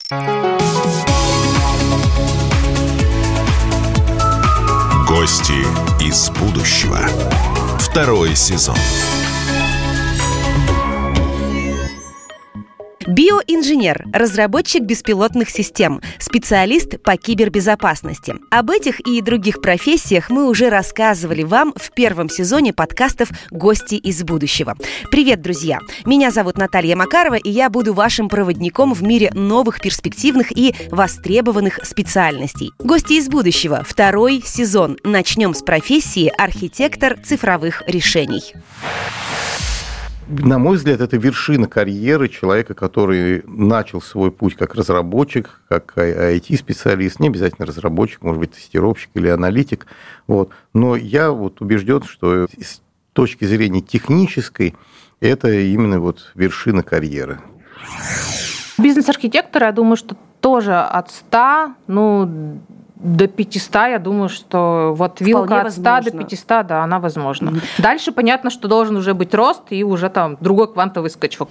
Гости из будущего. Второй сезон. Биоинженер, разработчик беспилотных систем, специалист по кибербезопасности. Об этих и других профессиях мы уже рассказывали вам в первом сезоне подкастов «Гости из будущего». Привет, друзья! Меня зовут Наталья Макарова, и я буду вашим проводником в мире новых перспективных и востребованных специальностей. «Гости из будущего» – второй сезон. Начнем с профессии архитектор цифровых решений. На мой взгляд, это вершина карьеры человека, который начал свой путь как разработчик, как IT-специалист, не обязательно разработчик, может быть, тестировщик или аналитик. Вот. Но я убежден, что с точки зрения технической это именно вершина карьеры. Бизнес-архитектор, я думаю, что тоже от 100, до 500, я думаю, что вилка от 100 до 500, да, она возможна. Дальше понятно, что должен уже быть рост и уже там другой квантовый скачок.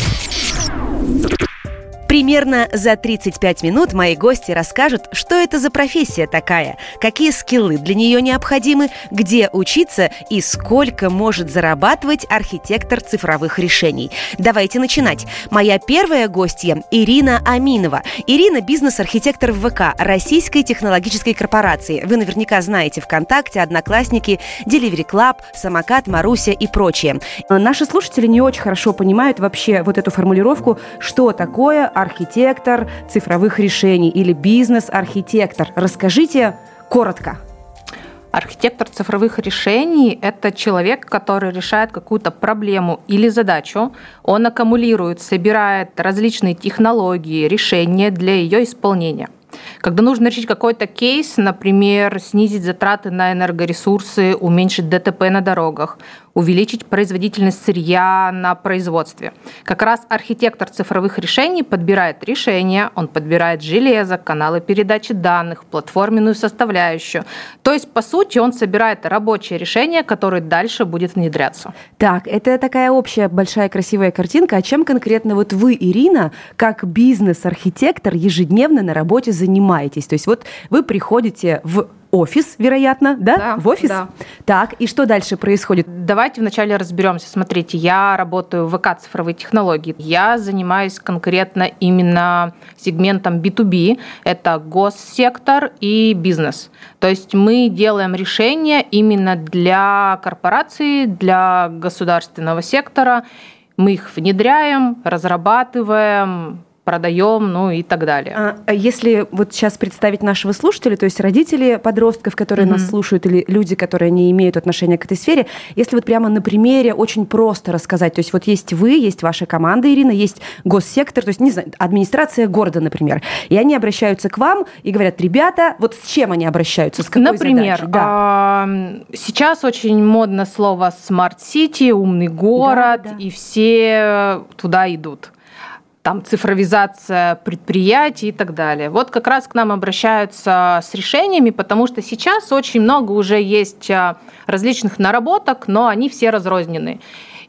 Примерно за 35 минут мои гости расскажут, что это за профессия такая, какие скиллы для нее необходимы, где учиться и сколько может зарабатывать архитектор цифровых решений. Давайте начинать. Моя первая гостья – Ирина Аминова. Ирина – бизнес-архитектор в ВК, Российской технологической корпорации. Вы наверняка знаете ВКонтакте, Одноклассники, Delivery Club, Самокат, Маруся и прочее. Наши слушатели не очень хорошо понимают вообще эту формулировку, что такое архитектор цифровых решений или бизнес-архитектор. Расскажите коротко. Архитектор цифровых решений – это человек, который решает какую-то проблему или задачу. Он аккумулирует, собирает различные технологии, решения для ее исполнения. Когда нужно решить какой-то кейс, например, снизить затраты на энергоресурсы, уменьшить ДТП на дорогах, увеличить производительность сырья на производстве. Как раз архитектор цифровых решений подбирает решения, он подбирает железо, каналы передачи данных, платформенную составляющую. То есть, по сути, он собирает рабочее решение, которое дальше будет внедряться. Так, это такая общая большая красивая картинка. А чем конкретно вы, Ирина, как бизнес-архитектор ежедневно на работе занимаетесь? То есть вы приходите в офис, вероятно, да? В офис? Да. Так, и что дальше происходит? Давайте вначале разберемся. Смотрите, я работаю в ВК «Цифровые технологии». Я занимаюсь конкретно именно сегментом B2B. Это госсектор и бизнес. То есть мы делаем решения именно для корпораций, для государственного сектора. Мы их внедряем, разрабатываем, продаем, и так далее. А если сейчас представить нашего слушателя, то есть родители подростков, которые нас слушают, или люди, которые не имеют отношения к этой сфере, если прямо на примере очень просто рассказать, то есть есть вы, есть ваша команда, Ирина, есть госсектор, то есть, не знаю, администрация города, например, и они обращаются к вам и говорят: ребята, с чем они обращаются, с какой например, задачей? Да. Сейчас очень модно слово «smart city», «умный город», да. И все туда идут. Там цифровизация предприятий и так далее. Как раз к нам обращаются с решениями, потому что сейчас очень много уже есть различных наработок, но они все разрознены.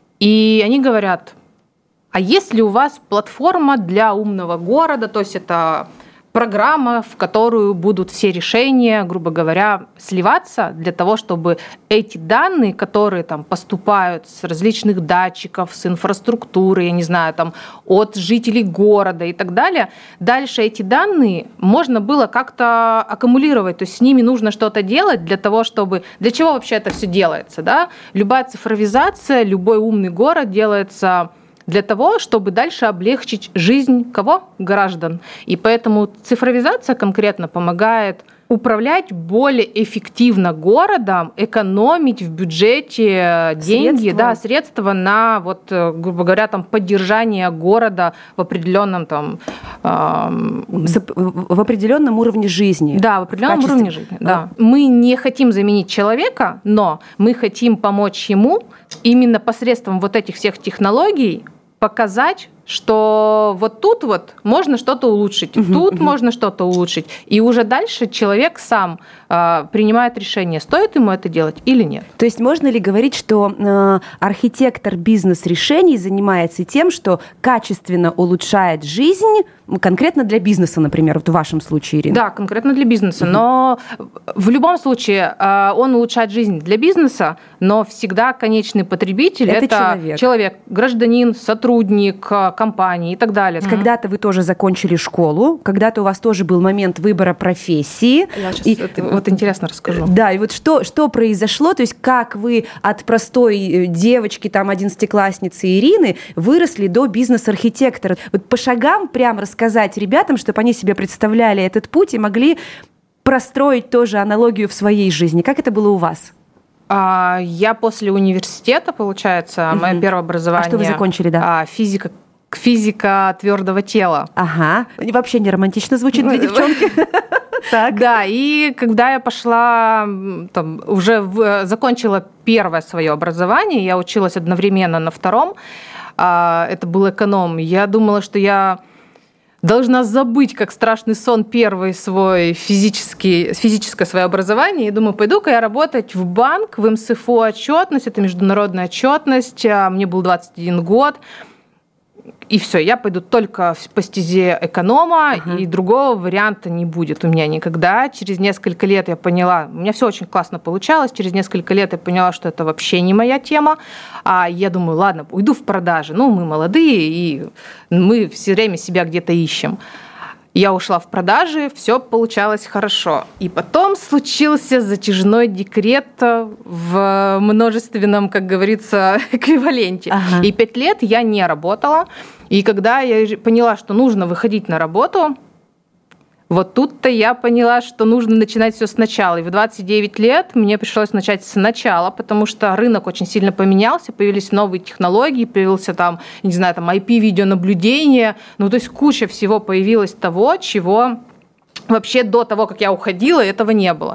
И они говорят: а есть ли у вас платформа для умного города, то есть это программа, в которую будут все решения, грубо говоря, сливаться для того, чтобы эти данные, которые поступают с различных датчиков, с инфраструктуры, я не знаю, от жителей города и так далее, дальше эти данные можно было как-то аккумулировать, то есть с ними нужно что-то делать для того, чтобы... Для чего вообще это все делается, да? Любая цифровизация, любой умный город делается для того, чтобы дальше облегчить жизнь кого? Граждан. И поэтому цифровизация конкретно помогает управлять более эффективно городом, экономить в бюджете деньги, средства на, грубо говоря, поддержание города в определенном в определенном уровне жизни. Да, в определенном уровне жизни. Да. Мы не хотим заменить человека, но мы хотим помочь ему именно посредством этих всех технологий показать, что вот тут вот можно что-то улучшить, тут можно что-то улучшить. И уже дальше человек сам принимает решение, стоит ему это делать или нет. То есть можно ли говорить, что архитектор бизнес-решений занимается тем, что качественно улучшает жизнь, конкретно для бизнеса, например, в вашем случае, Ирина? Да, конкретно для бизнеса. Но в любом случае он улучшает жизнь для бизнеса, но всегда конечный потребитель – это человек, гражданин, сотрудник компании и так далее. Когда-то вы тоже закончили школу, когда-то у вас тоже был момент выбора профессии. Я сейчас вот интересно расскажу. Да, и вот что произошло, то есть как вы от простой девочки, там, 11-классницы Ирины выросли до бизнес-архитектора. Вот по шагам прям рассказать ребятам, чтобы они себе представляли этот путь и могли простроить тоже аналогию в своей жизни. Как это было у вас? Я после университета, получается, мое первое образование... А что вы закончили, да? Физика твердого тела. Ага. Вообще не романтично звучит для девчонки. Так. Да, и когда я пошла, закончила первое свое образование, я училась одновременно на втором, это был эконом, я думала, что я должна забыть, как страшный сон, первый свой физическое свое образование, и думаю, пойду-ка я работать в банк, в МСФО отчетность, это международная отчетность, мне был 21 год, и все, я пойду только по стезе эконома, и другого варианта не будет у меня никогда. Через несколько лет я поняла, у меня все очень классно получалось, через несколько лет я поняла, что это вообще не моя тема. Я думаю, ладно, уйду в продажи. Мы молодые, и мы все время себя где-то ищем. Я ушла в продажи, все получалось хорошо. И потом случился затяжной декрет в множественном, как говорится, эквиваленте. И 5 лет я не работала. И когда я поняла, что нужно выходить на работу, вот тут-то я поняла, что нужно начинать все сначала. И в 29 лет мне пришлось начать сначала, потому что рынок очень сильно поменялся, появились новые технологии, появился IP-видеонаблюдение, то есть куча всего появилось того, чего вообще до того, как я уходила, этого не было.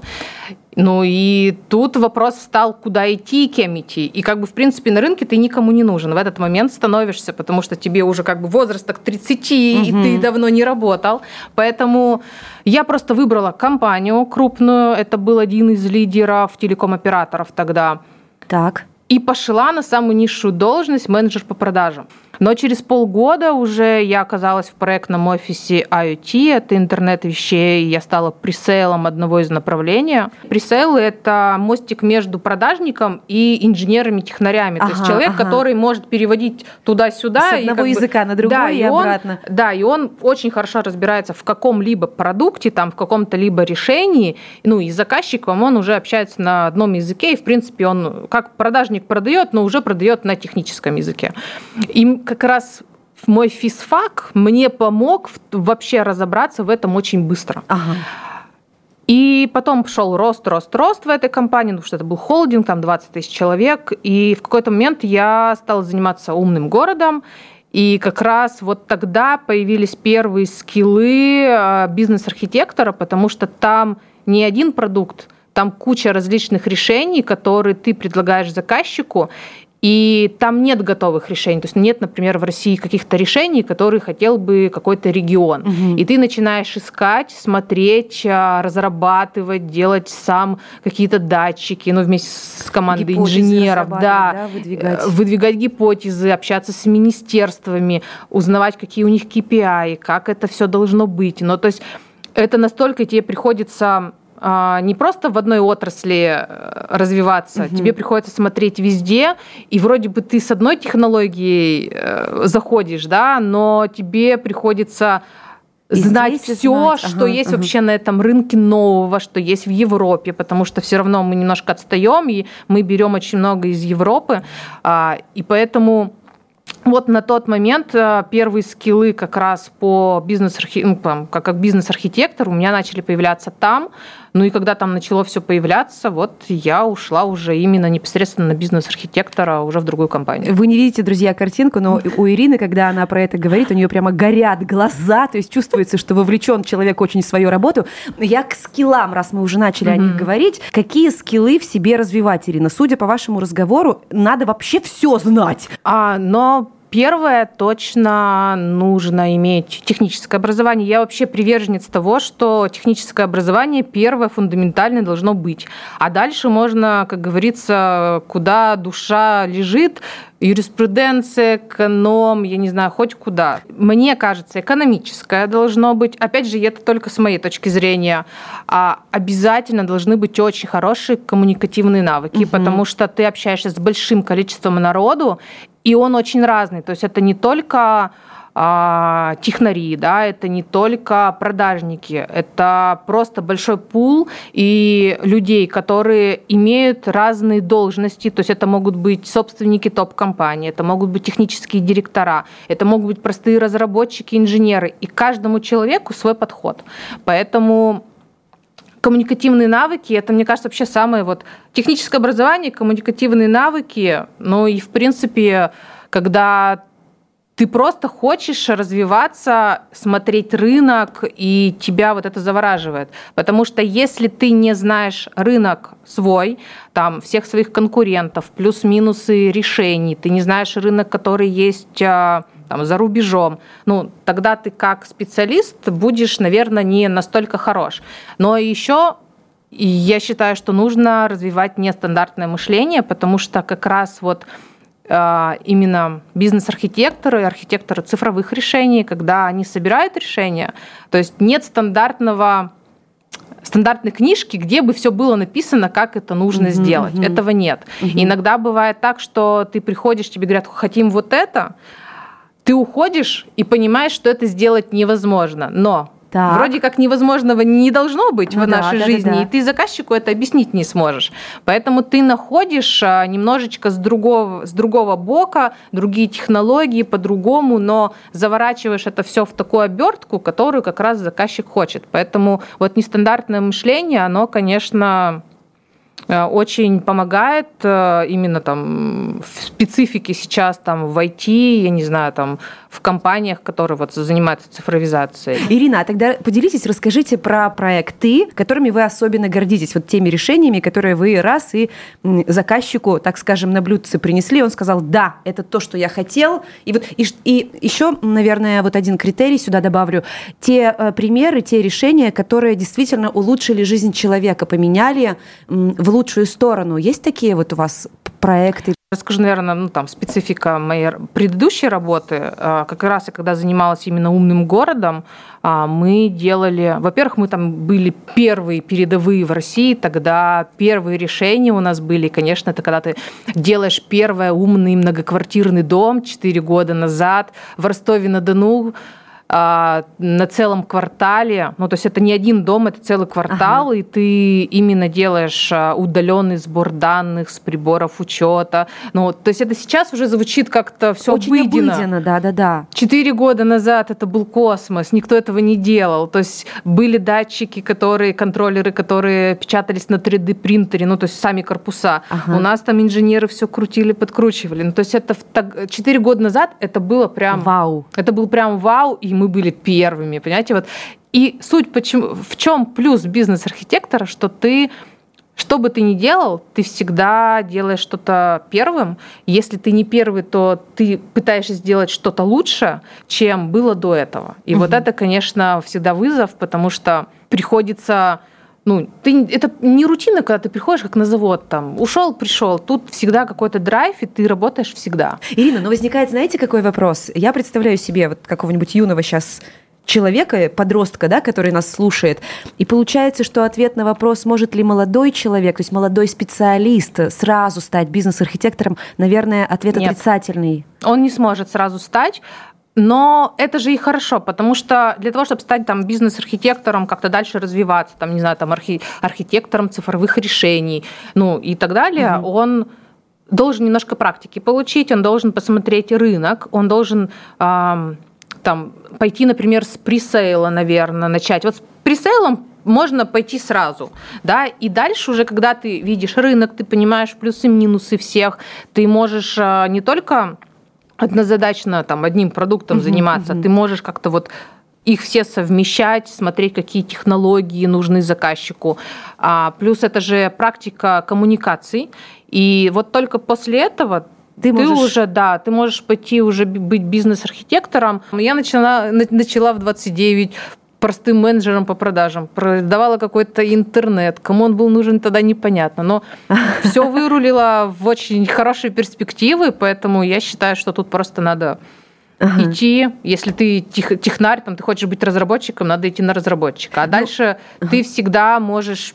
И тут вопрос встал, куда идти и кем идти. И в принципе на рынке ты никому не нужен. В этот момент становишься, потому что тебе уже возраст к 30, и ты давно не работал. Поэтому я просто выбрала компанию крупную. Это был один из лидеров телеком-операторов тогда. Так. И пошла на самую низшую должность менеджер по продажам. Но через полгода уже я оказалась в проектном офисе IoT, это интернет вещей, я стала пресейлом одного из направлений. Пресейл – это мостик между продажником и инженерами-технарями. То есть человек, который может переводить туда-сюда. С одного языка на другой и обратно. Да, и он очень хорошо разбирается в каком-либо продукте, в каком-то либо решении. И с заказчиком он уже общается на одном языке, и в принципе он как продажник продает, но уже продает на техническом языке. И как раз мой физфак мне помог вообще разобраться в этом очень быстро. И потом пошел рост в этой компании, потому что это был холдинг, 20 тысяч человек. И в какой-то момент я стала заниматься умным городом. И как раз вот тогда появились первые скиллы бизнес-архитектора, потому что там не один продукт, там куча различных решений, которые ты предлагаешь заказчику, и там нет готовых решений. То есть нет, например, в России каких-то решений, которые хотел бы какой-то регион. И ты начинаешь искать, смотреть, разрабатывать, делать сам какие-то датчики, вместе с командой инженеров, выдвигать гипотезы, общаться с министерствами, узнавать, какие у них KPI, как это все должно быть. То есть это настолько тебе приходится не просто в одной отрасли развиваться, тебе приходится смотреть везде, и вроде бы ты с одной технологией заходишь, но тебе приходится знать все, что есть вообще на этом рынке нового, что есть в Европе, потому что все равно мы немножко отстаем, и мы берем очень много из Европы, и поэтому вот на тот момент первые скиллы как раз по как бизнес-архитектор у меня начали появляться там. И когда там начало все появляться, вот я ушла уже именно непосредственно на бизнес-архитектора уже в другую компанию. Вы не видите, друзья, картинку, но у Ирины, когда она про это говорит, у нее прямо горят глаза, то есть чувствуется, что вовлечен человек очень в свою работу. Я к скиллам, раз мы уже начали о них говорить, какие скиллы в себе развивать, Ирина? Судя по вашему разговору, надо вообще все знать. Но Первое, точно нужно иметь техническое образование. Я вообще приверженец того, что техническое образование первое, фундаментальное должно быть. А дальше можно, как говорится, куда душа лежит, юриспруденция, эконом, я не знаю, хоть куда. Мне кажется, экономическое должно быть. Опять же, это только с моей точки зрения. Обязательно должны быть очень хорошие коммуникативные навыки, потому что ты общаешься с большим количеством народу, и он очень разный. То есть это не только технари, да, это не только продажники, это просто большой пул и людей, которые имеют разные должности, то есть это могут быть собственники топ-компаний, это могут быть технические директора, это могут быть простые разработчики, инженеры, и каждому человеку свой подход. Поэтому коммуникативные навыки, это, мне кажется, вообще самое техническое образование, коммуникативные навыки, ну и, в принципе, когда ты просто хочешь развиваться, смотреть рынок, и тебя это завораживает. Потому что если ты не знаешь рынок свой, там, всех своих конкурентов, плюс-минусы решений, ты не знаешь рынок, который есть там, за рубежом, тогда ты как специалист будешь, наверное, не настолько хорош. Но еще я считаю, что нужно развивать нестандартное мышление, потому что как раз именно бизнес-архитекторы, архитекторы цифровых решений, когда они собирают решения, то есть нет стандартной книжки, где бы все было написано, как это нужно сделать. Этого нет. Иногда бывает так, что ты приходишь, тебе говорят, хотим это, ты уходишь и понимаешь, что это сделать невозможно. Но вроде как невозможного не должно быть в нашей жизни, и ты заказчику это объяснить не сможешь. Поэтому ты находишь немножечко с другого бока, другие технологии по-другому, но заворачиваешь это все в такую обертку, которую как раз заказчик хочет. Поэтому нестандартное мышление, оно, конечно, очень помогает именно там в специфике сейчас там в IT, я не знаю, там в компаниях, которые занимаются цифровизацией. Ирина, а тогда поделитесь, расскажите про проекты, которыми вы особенно гордитесь, теми решениями, которые вы раз и заказчику, так скажем, на блюдце принесли, он сказал, да, это то, что я хотел. И еще, наверное, один критерий сюда добавлю, те примеры, те решения, которые действительно улучшили жизнь человека, поменяли в лучшую сторону. Есть такие у вас проекты? Расскажу, наверное, специфика моей предыдущей работы. Как раз я когда занималась именно умным городом, мы делали... Во-первых, мы там были первые передовые в России, тогда первые решения у нас были, конечно, это когда ты делаешь первый умный многоквартирный дом 4 года назад в Ростове-на-Дону, на целом квартале, то есть это не один дом, это целый квартал, и ты именно делаешь удаленный сбор данных с приборов учета. То есть это сейчас уже звучит как-то все обыденно. Да. 4 года назад это был космос, никто этого не делал. То есть были датчики, контроллеры, которые печатались на 3D-принтере, то есть сами корпуса. У нас там инженеры все крутили, подкручивали. То есть это 4 года назад это было прям... Вау. Это был прям вау, и мы были первыми, понимаете? И суть в чем плюс бизнес-архитектора, что ты, что бы ты ни делал, ты всегда делаешь что-то первым. Если ты не первый, то ты пытаешься сделать что-то лучше, чем было до этого. И это, конечно, всегда вызов, потому что приходится... это не рутина, когда ты приходишь как на завод, ушел, пришел. Тут всегда какой-то драйв, и ты работаешь всегда. Ирина, возникает, знаете, какой вопрос? Я представляю себе какого-нибудь юного сейчас человека, подростка, который нас слушает, и получается, что ответ на вопрос, может ли молодой человек, то есть молодой специалист сразу стать бизнес-архитектором, наверное, ответ отрицательный. Он не сможет сразу стать. Но это же и хорошо, потому что для того, чтобы стать бизнес-архитектором, как-то дальше развиваться, архитектором цифровых решений, и так далее, он должен немножко практики получить, он должен посмотреть рынок, он должен пойти, например, с пресейла, наверное, начать. С пресейлом можно пойти сразу, да, и дальше уже, когда ты видишь рынок, ты понимаешь плюсы-минусы всех, ты можешь не только однозадачно одним продуктом заниматься, ты можешь как-то их все совмещать, смотреть, какие технологии нужны заказчику. Плюс это же практика коммуникаций. И только после этого ты можешь пойти уже быть бизнес-архитектором. Я начала в 29 простым менеджером по продажам, продавала какой-то интернет. Кому он был нужен, тогда непонятно. Но все вырулило в очень хорошие перспективы, поэтому я считаю, что тут просто надо идти. Если ты технарь, ты хочешь быть разработчиком, надо идти на разработчика. А дальше ты всегда можешь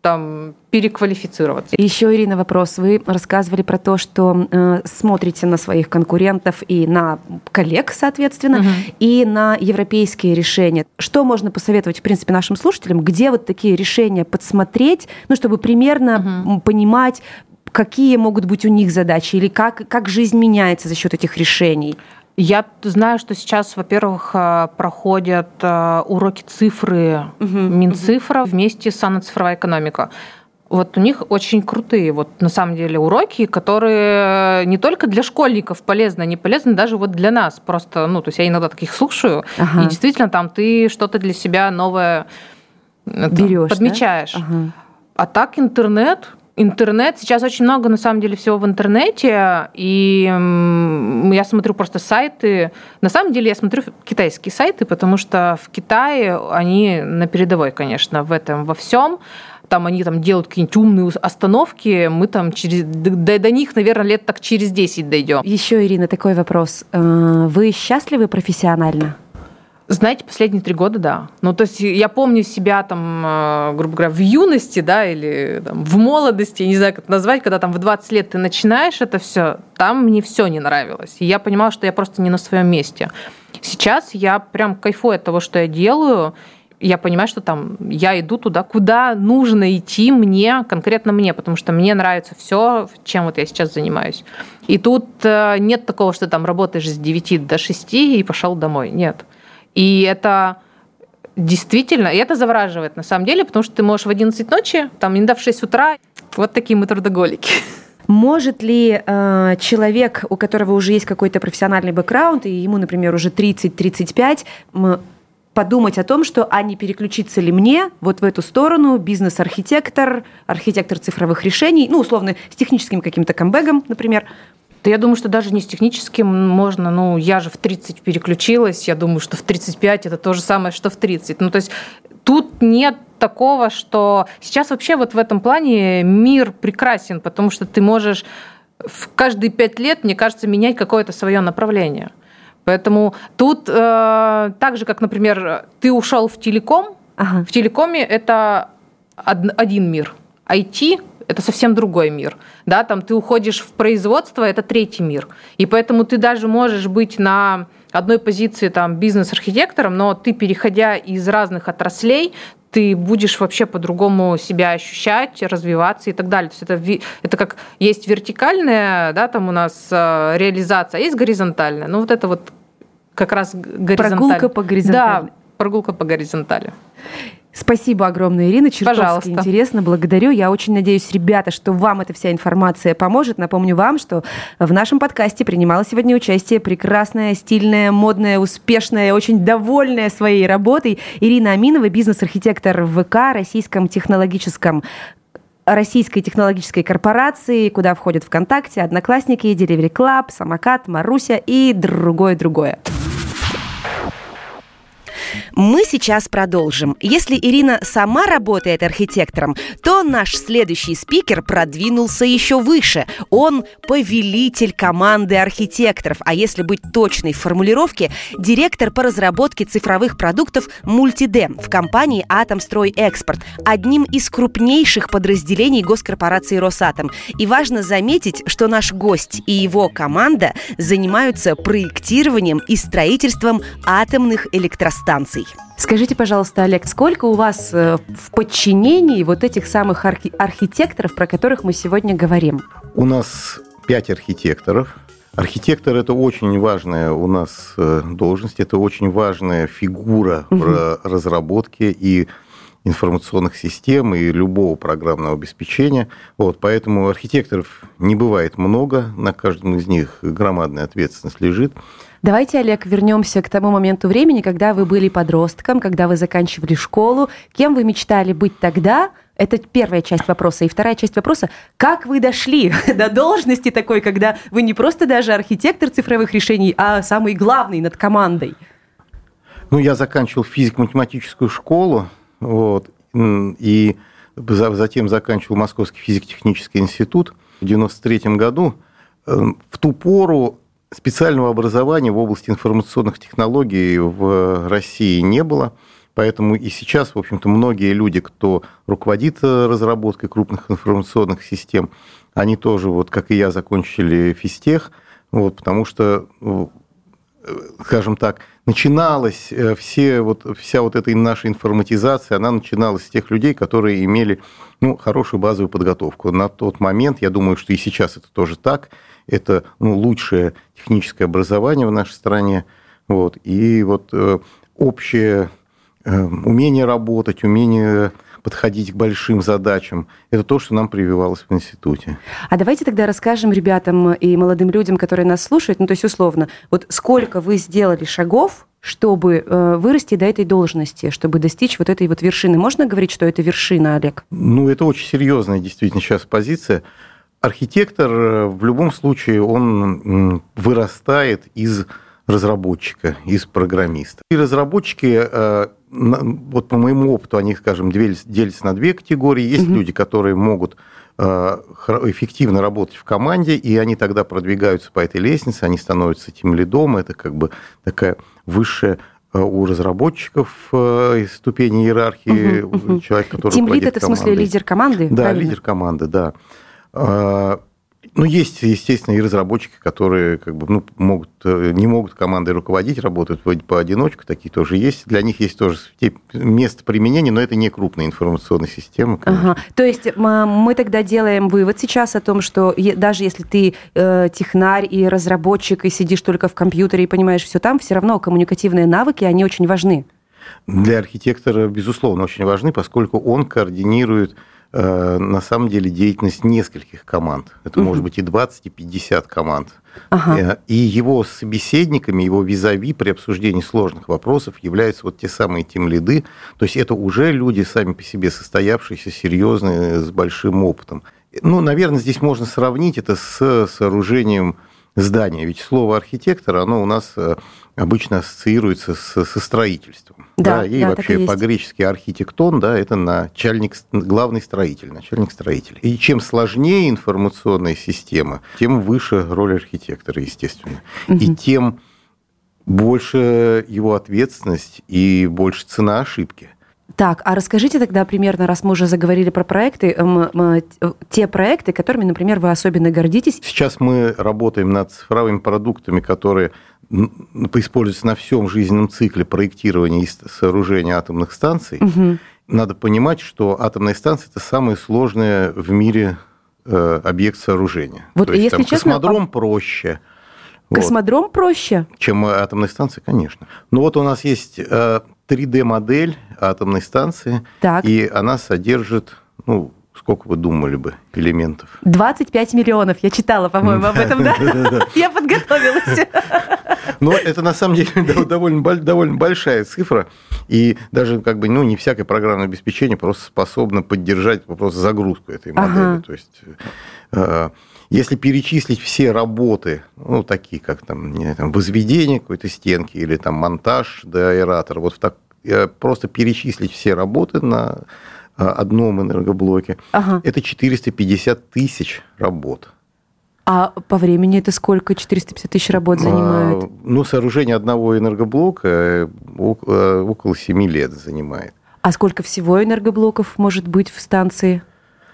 переквалифицироваться. Еще, Ирина, вопрос. Вы рассказывали про то, что смотрите на своих конкурентов и на коллег, соответственно, и на европейские решения. Что можно посоветовать, в принципе, нашим слушателям? Где вот такие решения подсмотреть, чтобы примерно понимать, какие могут быть у них задачи или как жизнь меняется за счет этих решений? Я знаю, что сейчас, во-первых, проходят уроки цифры Минцифра вместе с Анна цифровая экономика. Вот у них очень крутые на самом деле уроки, которые не только для школьников полезны, они полезны даже для нас. Просто, то есть я иногда таких слушаю, и действительно там ты что-то для себя новое берешь, подмечаешь. Да? А так интернет, сейчас очень много, на самом деле, всего в интернете, и я смотрю просто сайты. На самом деле я смотрю китайские сайты, потому что в Китае они на передовой, конечно, во всем. Там они делают какие-нибудь умные остановки, мы до них, наверное, лет так через 10 дойдем. Еще, Ирина, такой вопрос. Вы счастливы профессионально? Знаете, последние 3 года, да. То есть я помню себя грубо говоря, в юности, да, или в молодости, я не знаю, как это назвать, когда в 20 лет ты начинаешь это все, там мне все не нравилось. И я понимала, что я просто не на своем месте. Сейчас я прям кайфую от того, что я делаю. Я понимаю, что я иду туда, куда нужно идти конкретно мне, потому что мне нравится все, чем я сейчас занимаюсь. И тут нет такого, что работаешь с 9 до 6 и пошел домой. Нет. И это действительно, это завораживает на самом деле, потому что ты можешь в 11 ночи, иногда в 6 утра, вот такие мы трудоголики. Может ли человек, у которого уже есть какой-то профессиональный бэкграунд, и ему, например, уже 30-35, подумать о том, что не переключиться ли мне в эту сторону, бизнес-архитектор, архитектор цифровых решений, условно, с техническим каким-то камбэком, например? Да я думаю, что даже не с техническим можно. Я же в 30 переключилась, я думаю, что в 35 это то же самое, что в 30. То есть тут нет такого, что... Сейчас вообще в этом плане мир прекрасен, потому что ты можешь в каждые 5 лет, мне кажется, менять какое-то свое направление. Поэтому тут так же, как, например, ты ушел в телеком, в телекоме это один мир. IT – это совсем другой мир. Да? Ты уходишь в производство – это третий мир. И поэтому ты даже можешь быть на одной позиции бизнес-архитектором, но ты, переходя из разных отраслей, ты будешь вообще по-другому себя ощущать, развиваться и так далее. То есть это как есть вертикальная, у нас реализация, а есть горизонтальная. Это как раз горизонтальная. Прогулка по горизонтали. Да, прогулка по горизонтали. Спасибо огромное, Ирина. Чертовски Пожалуйста. Интересно. Благодарю. Я очень надеюсь, ребята, что вам эта вся информация поможет. Напомню вам, что в нашем подкасте принимала сегодня участие прекрасная, стильная, модная, успешная, очень довольная своей работой Ирина Аминова, бизнес-архитектор в ВК, Российской технологической корпорации, куда входят ВКонтакте, Одноклассники, Delivery Club, Самокат, Маруся и другое. Мы сейчас продолжим. Если Ирина сама работает архитектором, то наш следующий спикер продвинулся еще выше. Он повелитель команды архитекторов, а если быть точной в формулировке, директор по разработке цифровых продуктов Multidem в компании «Атомстройэкспорт», одним из крупнейших подразделений госкорпорации «Росатом». И важно заметить, что наш гость и его команда занимаются проектированием и строительством атомных электростанций. Скажите, пожалуйста, Олег, сколько у вас в подчинении этих самых архитекторов, про которых мы сегодня говорим? У нас 5 архитекторов. Архитектор – это очень важная у нас должность, это очень важная фигура в разработке и информационных систем, и любого программного обеспечения. Поэтому архитекторов не бывает много, на каждом из них громадная ответственность лежит. Давайте, Олег, вернемся к тому моменту времени, когда вы были подростком, когда вы заканчивали школу. Кем вы мечтали быть тогда, Это первая часть вопроса. И вторая часть вопроса, как вы дошли до должности такой, когда вы не просто даже архитектор цифровых решений, а самый главный над командой? Ну, я заканчивал физико-математическую школу, вот, и затем заканчивал Московский физико-технический институт в 1993 году. В ту пору специального образования в области информационных технологий в России не было, поэтому и сейчас, в общем-то, многие люди, кто руководит разработкой крупных информационных систем, они тоже, вот, как и я, закончили физтех, вот, потому что, скажем так, начиналась вся вот эта наша информатизация, она начиналась с тех людей, которые имели хорошую базовую подготовку. На тот момент, я думаю, что и сейчас это тоже так, это лучшее техническое образование в нашей стране, вот, и вот общее умение работать, умение подходить к большим задачам. Это то, что нам прививалось в институте. А давайте тогда расскажем ребятам и молодым людям, которые нас слушают, то есть условно, вот сколько вы сделали шагов, чтобы вырасти до этой должности, чтобы достичь вот этой вот вершины. Можно говорить, что это вершина, Олег? Это очень серьезная действительно сейчас позиция. Архитектор в любом случае, он вырастает из разработчика, из программиста. И разработчики, вот по моему опыту, они, скажем, делятся на две категории. Есть люди, которые могут эффективно работать в команде, и они тогда продвигаются по этой лестнице, они становятся тимлидом, это как бы такая высшая у разработчиков ступень иерархии, человек, который руководит тимлид – это в смысле лидер команды? Да, правильно? Лидер команды, да. Есть, естественно, и разработчики, которые не могут командой руководить, работают поодиночку, такие тоже есть. Для них есть тоже место применения, но это не крупная информационная система. Ага. То есть мы тогда делаем вывод сейчас о том, что даже если ты технарь и разработчик, и сидишь только в компьютере и понимаешь все там, все равно коммуникативные навыки, они очень важны. Для архитектора, безусловно, очень важны, поскольку он координирует на самом деле деятельность нескольких команд. Это может быть и 20, и 50 команд. Ага. И его собеседниками, его визави при обсуждении сложных вопросов являются вот те самые тимлиды. То есть это уже люди сами по себе состоявшиеся, серьезные, с большим опытом. Наверное, здесь можно сравнить это с сооружением здания. Ведь слово архитектор, оно у нас обычно ассоциируется со строительством. Да, и вообще по-гречески архитектон, да, это главный строитель, начальник строителя. И чем сложнее информационная система, тем выше роль архитектора, естественно. И тем больше его ответственность и больше цена ошибки. Так, а расскажите тогда примерно, раз мы уже заговорили про проекты, те проекты, которыми, например, вы особенно гордитесь? Сейчас мы работаем над цифровыми продуктами, которые используются на всем жизненном цикле проектирования и сооружения атомных станций. Надо понимать, что атомная станция – это самое сложное в мире объект сооружения. Вот, то есть, если честно, космодром проще. Космодром проще? Чем атомная станция, конечно. Но вот у нас есть 3D-модель атомной станции, и она содержит, сколько вы думали бы, элементов? 25 миллионов. Я читала, по-моему, об этом, да? Я подготовилась. Но это, на самом деле, довольно большая цифра. И даже не всякое программное обеспечение просто способно поддержать просто загрузку этой модели. То есть, если перечислить все работы, такие как возведение какой-то стенки или монтаж до аэратора, просто перечислить все работы на одном энергоблоке, это 450 тысяч работ. А по времени это сколько 450 тысяч работ занимает? Сооружение одного энергоблока около 7 лет занимает. А сколько всего энергоблоков может быть в станции?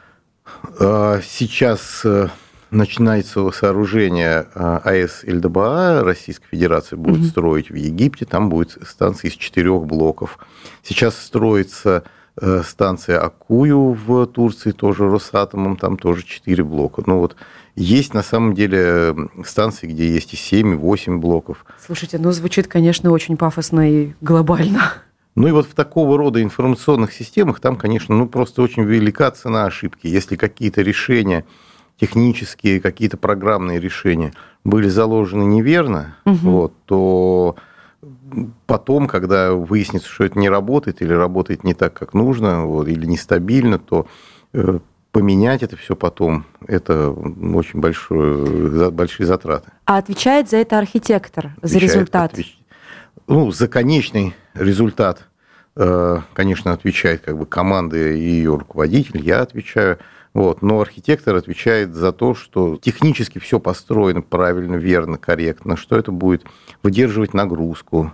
Сейчас начинается сооружение АЭС ЛДБА, Российская Федерация будет строить в Египте, там будет станция из 4 блоков. Сейчас строится станция Аккую в Турции, тоже Росатомом, там тоже 4 блока. Есть на самом деле станции, где есть и 7, и 8 блоков. Слушайте, звучит, конечно, очень пафосно и глобально. И в такого рода информационных системах там, конечно, просто очень велика цена ошибки. Если какие-то решения технические, какие-то программные решения были заложены неверно, то потом, когда выяснится, что это не работает или работает не так, как нужно, вот, или нестабильно, то поменять это все потом, это очень большие затраты. А отвечает за это архитектор, за результат? За конечный результат, конечно, отвечает команда и ее руководитель, я отвечаю. Вот. Но архитектор отвечает за то, что технически все построено правильно, верно, корректно, что это будет выдерживать нагрузку.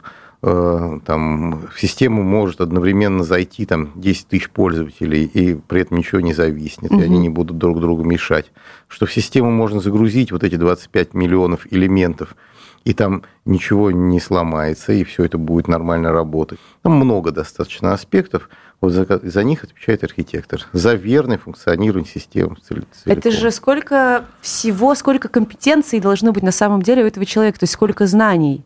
В систему может одновременно зайти 10 тысяч пользователей, и при этом ничего не зависнет, и они не будут друг другу мешать. Что в систему можно загрузить вот эти 25 миллионов элементов, и там ничего не сломается, и все это будет нормально работать. Там много достаточно аспектов. Вот за них отвечает архитектор. За верное функционирование системы целиком. Это же сколько компетенций должно быть на самом деле у этого человека, то есть сколько знаний?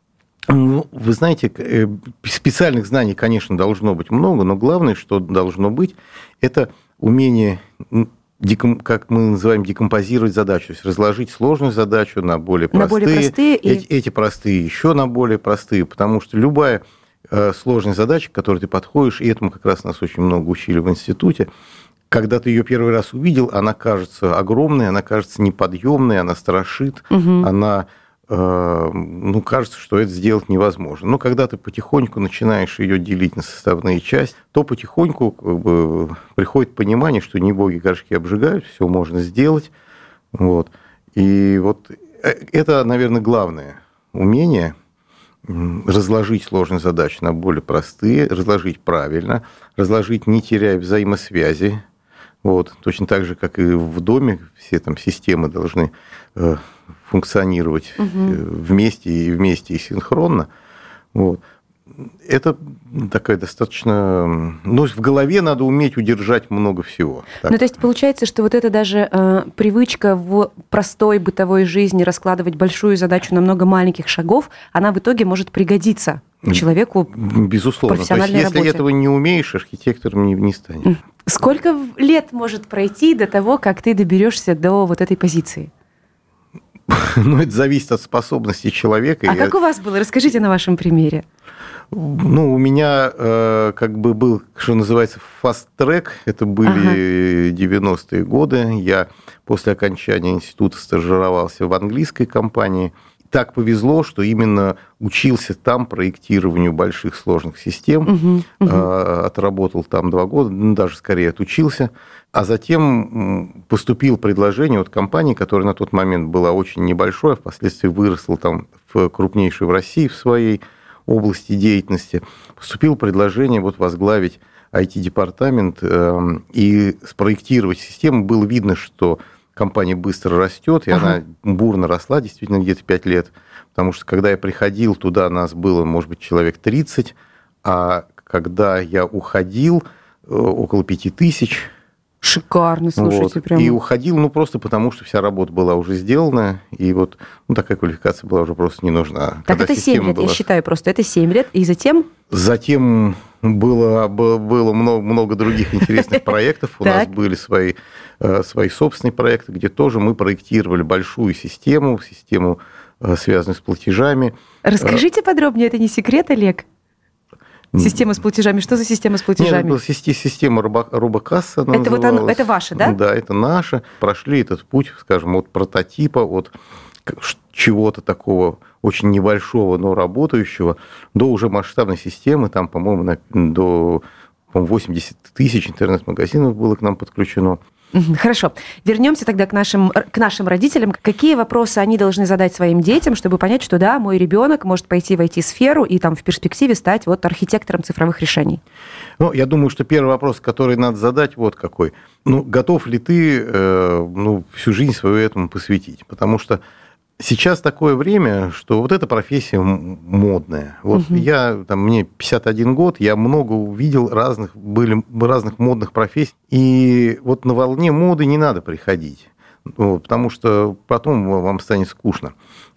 Вы знаете, специальных знаний, конечно, должно быть много, но главное, что должно быть, это умение, как мы называем, декомпозировать задачу, то есть разложить сложную задачу на более простые, эти простые еще на более простые, потому что любая сложная задача, к которой ты подходишь, и этому как раз нас очень много учили в институте, когда ты ее первый раз увидел, она кажется огромной, она кажется неподъемной, она страшит, она... кажется, что это сделать невозможно. Но когда ты потихоньку начинаешь ее делить на составные части, то потихоньку приходит понимание, что не боги горшки обжигают, все можно сделать. Вот. И вот это, наверное, главное умение разложить сложные задачи на более простые, разложить правильно, разложить, не теряя взаимосвязи. Вот. Точно так же, как и в доме, все системы должны функционировать вместе и синхронно. Вот. Это такая достаточно... в голове надо уметь удержать много всего. То есть получается, что вот эта даже привычка в простой бытовой жизни раскладывать большую задачу на много маленьких шагов, она в итоге может пригодиться человеку. Безусловно. В профессиональной работе. Если этого не умеешь, архитектором не станешь. Сколько лет может пройти до того, как ты доберешься до вот этой позиции? Это зависит от способностей человека. Как у вас было? Расскажите на вашем примере. У меня был, что называется, фаст-трек. Это были 90-е годы. Я после окончания института стажировался в английской компании. Так повезло, что именно учился там проектированию больших сложных систем. Отработал там 2 года, даже скорее отучился. А затем поступило предложение от компании, которая на тот момент была очень небольшой, а впоследствии выросла там в крупнейшей в России в своей области деятельности. Поступило предложение возглавить IT-департамент и спроектировать систему. Было видно, что компания быстро растет, и она бурно росла, действительно, где-то 5 лет. Потому что, когда я приходил туда, нас было, может быть, человек 30, а когда я уходил, около 5000. Шикарно, слушайте, прям. И уходил, просто потому, что вся работа была уже сделана, и такая квалификация была уже просто не нужна. Так это 7 лет, я считаю просто, это 7 лет, и затем? Затем было много других интересных проектов, у нас были свои собственные проекты, где тоже мы проектировали большую систему, связанную с платежами. Расскажите подробнее, это не секрет, Олег? Система с платежами. Что за система с платежами? Нет, это система робокасса. Это ваша, да? Да, это наша. Прошли этот путь, скажем, от прототипа, от чего-то такого очень небольшого, но работающего, до уже масштабной системы. Там, по-моему, до 80 тысяч интернет-магазинов было к нам подключено. Хорошо. Вернемся тогда к нашим родителям. Какие вопросы они должны задать своим детям, чтобы понять, что да, мой ребенок может пойти в IT-сферу и в перспективе стать архитектором цифровых решений? Я думаю, что первый вопрос, который надо задать, какой. Готов ли ты всю жизнь свою этому посвятить? Потому что сейчас такое время, что эта профессия модная. Мне 51 год, я много увидел разных модных профессий. И на волне моды не надо приходить, потому что потом вам станет скучно.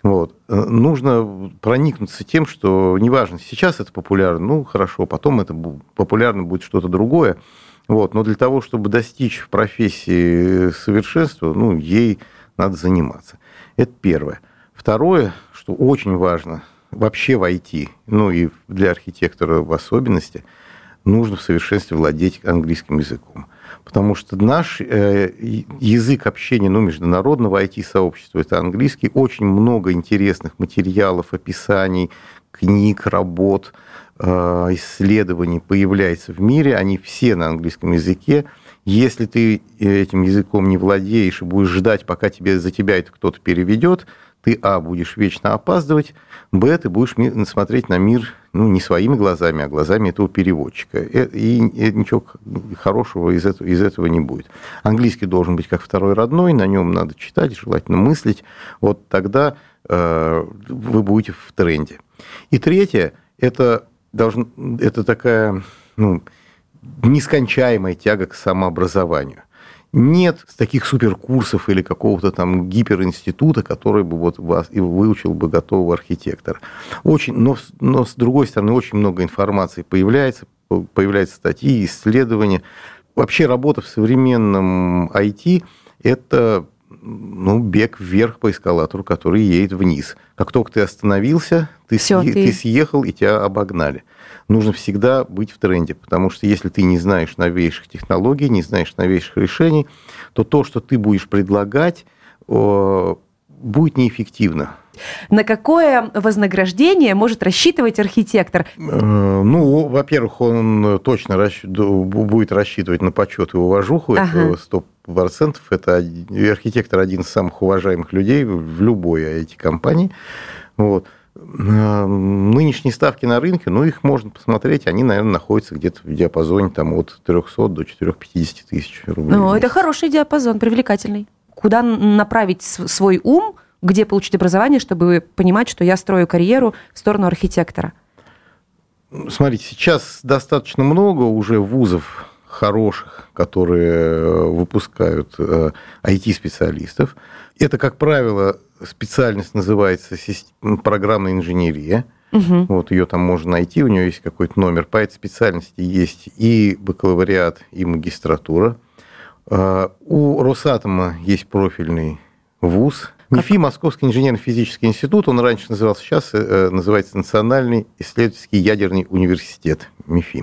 Нужно проникнуться тем, что неважно, сейчас это популярно, хорошо, потом это популярно будет что-то другое. Но для того, чтобы достичь в профессии совершенства, ей надо заниматься. Это первое. Второе, что очень важно вообще в IT, ну и для архитектора в особенности, нужно в совершенстве владеть английским языком. Потому что наш язык общения, ну, международного IT-сообщества – это английский. Очень много интересных материалов, описаний, книг, работ, исследований появляется в мире. Они все на английском языке. Если ты этим языком не владеешь и будешь ждать, пока за тебя это кто-то переведет, ты, будешь вечно опаздывать, ты будешь смотреть на мир, ну, не своими глазами, а глазами этого переводчика. И ничего хорошего из этого не будет. Английский должен быть как второй родной, на нем надо читать, желательно мыслить. Вот тогда вы будете в тренде. И третье, это такая, ну, нескончаемая тяга к самообразованию. Нет таких суперкурсов или какого-то там гиперинститута, который бы вот вас и выучил бы готового архитектора. Но с другой стороны, очень много информации появляются статьи, исследования. Вообще работа в современном IT – это, ну, бег вверх по эскалатору, который едет вниз. Как только ты остановился, ты съехал, и тебя обогнали. Нужно всегда быть в тренде, потому что если ты не знаешь новейших технологий, не знаешь новейших решений, то, что ты будешь предлагать, будет неэффективно. На какое вознаграждение может рассчитывать архитектор? Ну, во-первых, он точно будет рассчитывать на почет и уважуху, это 100%. Это архитектор один из самых уважаемых людей в любой IT-компании. Вот. Нынешние ставки на рынке, ну, их можно посмотреть, они, наверное, находятся где-то в диапазоне там, от 300 до 450 тысяч рублей. Ну, это хороший диапазон, привлекательный. Куда направить свой ум, где получить образование, чтобы понимать, что я строю карьеру в сторону архитектора? Смотрите, сейчас достаточно много уже вузов хороших, которые выпускают IT-специалистов. Это, как правило, специальность называется программная инженерия. Угу. Вот ее там можно найти, у нее есть какой-то номер. По этой специальности есть и бакалавриат, и магистратура. У Росатома есть профильный вуз. МИФИ, Московский инженерно-физический институт, он раньше назывался, сейчас называется Национальный исследовательский ядерный университет, МИФИ.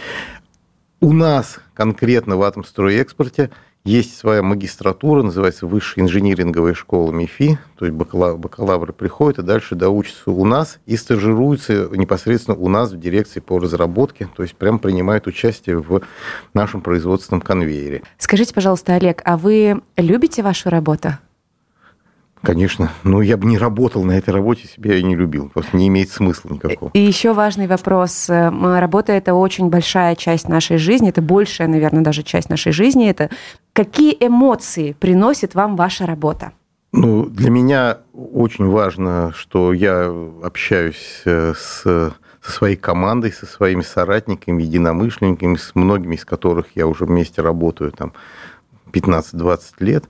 У нас конкретно в Атомстройэкспорте есть своя магистратура, называется Высшая инжиниринговая школа МИФИ, то есть бакалавры приходят и дальше доучатся у нас и стажируются непосредственно у нас в дирекции по разработке, то есть прям принимают участие в нашем производственном конвейере. Скажите, пожалуйста, Олег, а вы любите вашу работу? Конечно. Но я бы не работал на этой работе, если бы я ее не любил. Просто не имеет смысла никакого. И еще важный вопрос. Работа – это очень большая часть нашей жизни, это большая, наверное, даже часть нашей жизни. Это какие эмоции приносит вам ваша работа? Ну, для меня очень важно, что я общаюсь со своей командой, со своими соратниками, единомышленниками, с многими из которых я уже вместе работаю там 15-20 лет.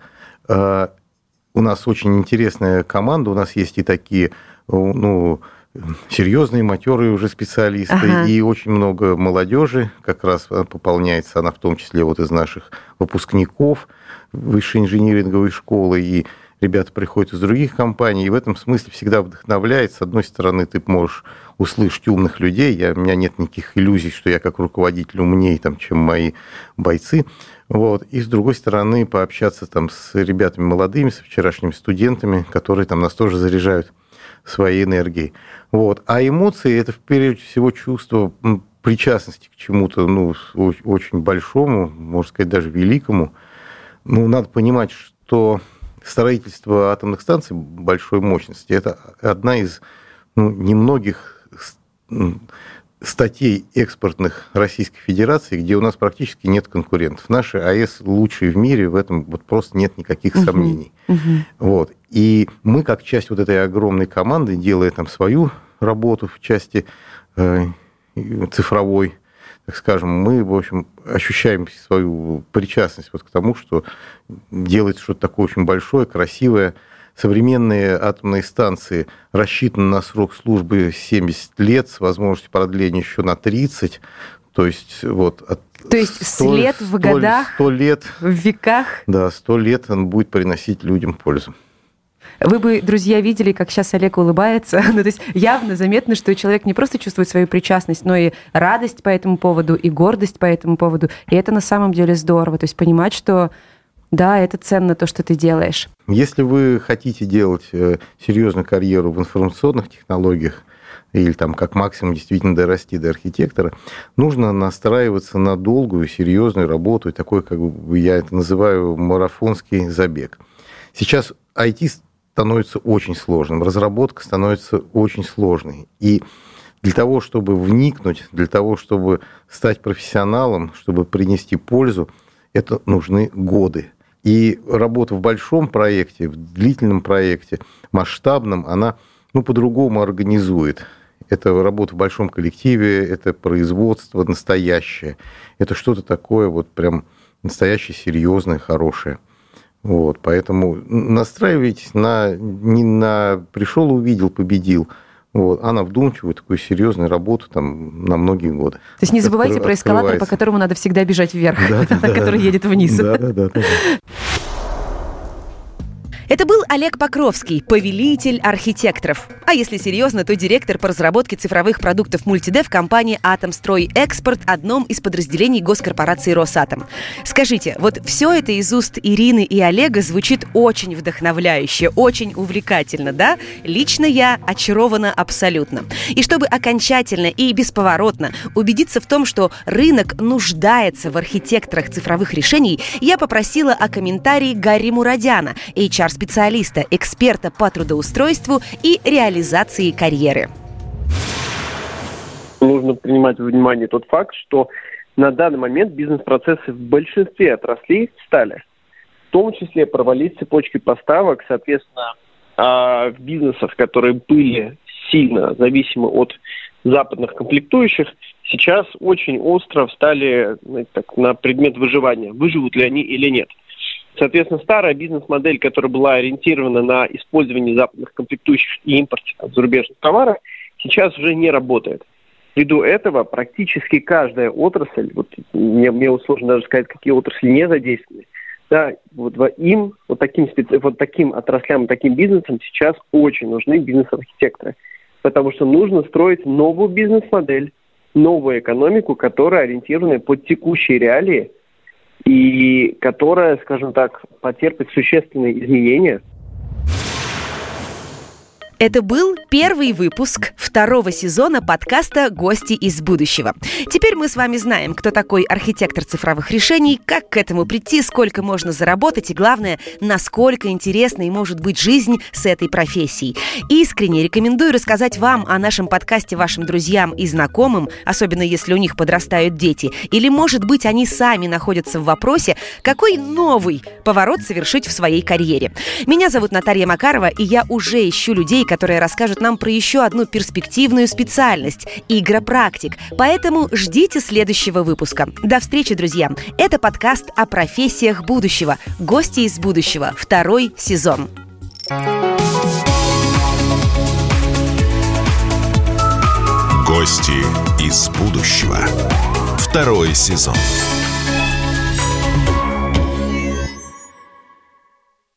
У нас очень интересная команда, у нас есть и такие, ну, серьезные, матерые уже специалисты, и очень много молодежи, как раз пополняется она в том числе вот из наших выпускников высшей инжиниринговой школы, и ребята приходят из других компаний, и в этом смысле всегда вдохновляет. С одной стороны, ты можешь услышать умных людей, у меня нет никаких иллюзий, что я как руководитель умнее, там, чем мои бойцы. Вот. И, с другой стороны, пообщаться там с ребятами молодыми, с вчерашними студентами, которые там нас тоже заряжают своей энергией. Вот. А эмоции – это, прежде всего, чувство причастности к чему-то, ну, очень большому, можно сказать, даже великому. Ну, надо понимать, что строительство атомных станций большой мощности – это одна из немногих статей экспортных Российской Федерации, где у нас практически нет конкурентов. Наши АЭС лучшие в мире, в этом вот просто нет никаких сомнений. Вот. И мы, как часть вот этой огромной команды, делая там свою работу в части цифровой, так скажем, мы, в общем, ощущаем свою причастность вот к тому, что делается что-то такое очень большое, красивое. Современные атомные станции рассчитаны на срок службы 70 лет с возможностью продления еще на 30. То есть, вот, след в годах, 100 лет, в веках? Да, 100 лет он будет приносить людям пользу. Вы бы, друзья, видели, как сейчас Олег улыбается. Ну, то есть явно заметно, что человек не просто чувствует свою причастность, но и радость по этому поводу, и гордость по этому поводу. И это на самом деле здорово. То есть понимать, что да, это ценно то, что ты делаешь. Если вы хотите делать серьезную карьеру в информационных технологиях, или там как максимум действительно дорасти до архитектора, нужно настраиваться на долгую, серьезную работу, и такой, как бы я это называю, марафонский забег. Сейчас IT становится очень сложным, разработка становится очень сложной. И для того, чтобы вникнуть, для того, чтобы стать профессионалом, чтобы принести пользу, это нужны годы. И работа в большом проекте, в длительном проекте, масштабном, она по-другому организует. Это работа в большом коллективе, это производство настоящее. Это что-то такое вот прям настоящее, серьезное, хорошее. Вот, поэтому настраивайтесь не на «пришел, увидел, победил», вот, а на вдумчивую, такую серьезную работу там, на многие годы. То есть не забывайте про эскалатор, по которому надо всегда бежать вверх, который едет вниз. Да. Это был Олег Покровский, повелитель архитекторов. А если серьезно, то директор по разработке цифровых продуктов мультидев компании «Атомстройэкспорт», одном из подразделений госкорпорации «Росатом». Скажите, вот все это из уст Ирины и Олега звучит очень вдохновляюще, очень увлекательно, да? Лично я очарована абсолютно. И чтобы окончательно и бесповоротно убедиться в том, что рынок нуждается в архитекторах цифровых решений, я попросила о комментарии Гарри Мурадяна, HR-специалиста, эксперта по трудоустройству и реализации карьеры. Нужно принимать во внимание тот факт, что на данный момент бизнес-процессы в большинстве отраслей стали, в том числе провалить цепочки поставок, соответственно, в бизнесах, которые были сильно зависимы от западных комплектующих, сейчас очень остро встали на предмет выживания, выживут ли они или нет. Соответственно, старая бизнес-модель, которая была ориентирована на использование западных комплектующих и импорт зарубежных товаров, сейчас уже не работает. Ввиду этого практически каждая отрасль, мне сложно даже сказать, какие отрасли не задействованы, да, таким отраслям, таким бизнесам сейчас очень нужны бизнес-архитекторы. Потому что нужно строить новую бизнес-модель, новую экономику, которая ориентирована под текущие реалии, и которая, скажем так, потерпит существенные изменения. Это был первый выпуск второго сезона подкаста «Гости из будущего». Теперь мы с вами знаем, кто такой архитектор цифровых решений, как к этому прийти, сколько можно заработать и, главное, насколько интересной может быть жизнь с этой профессией. Искренне рекомендую рассказать вам о нашем подкасте вашим друзьям и знакомым, особенно если у них подрастают дети, или, может быть, они сами находятся в вопросе, какой новый поворот совершить в своей карьере. Меня зовут Наталья Макарова, и я уже ищу людей, которые расскажут нам про еще одну перспективную специальность – игропрактик. Поэтому ждите следующего выпуска. До встречи, друзья! Это подкаст о профессиях будущего. «Гости из будущего». Второй сезон. «Гости из будущего». Второй сезон.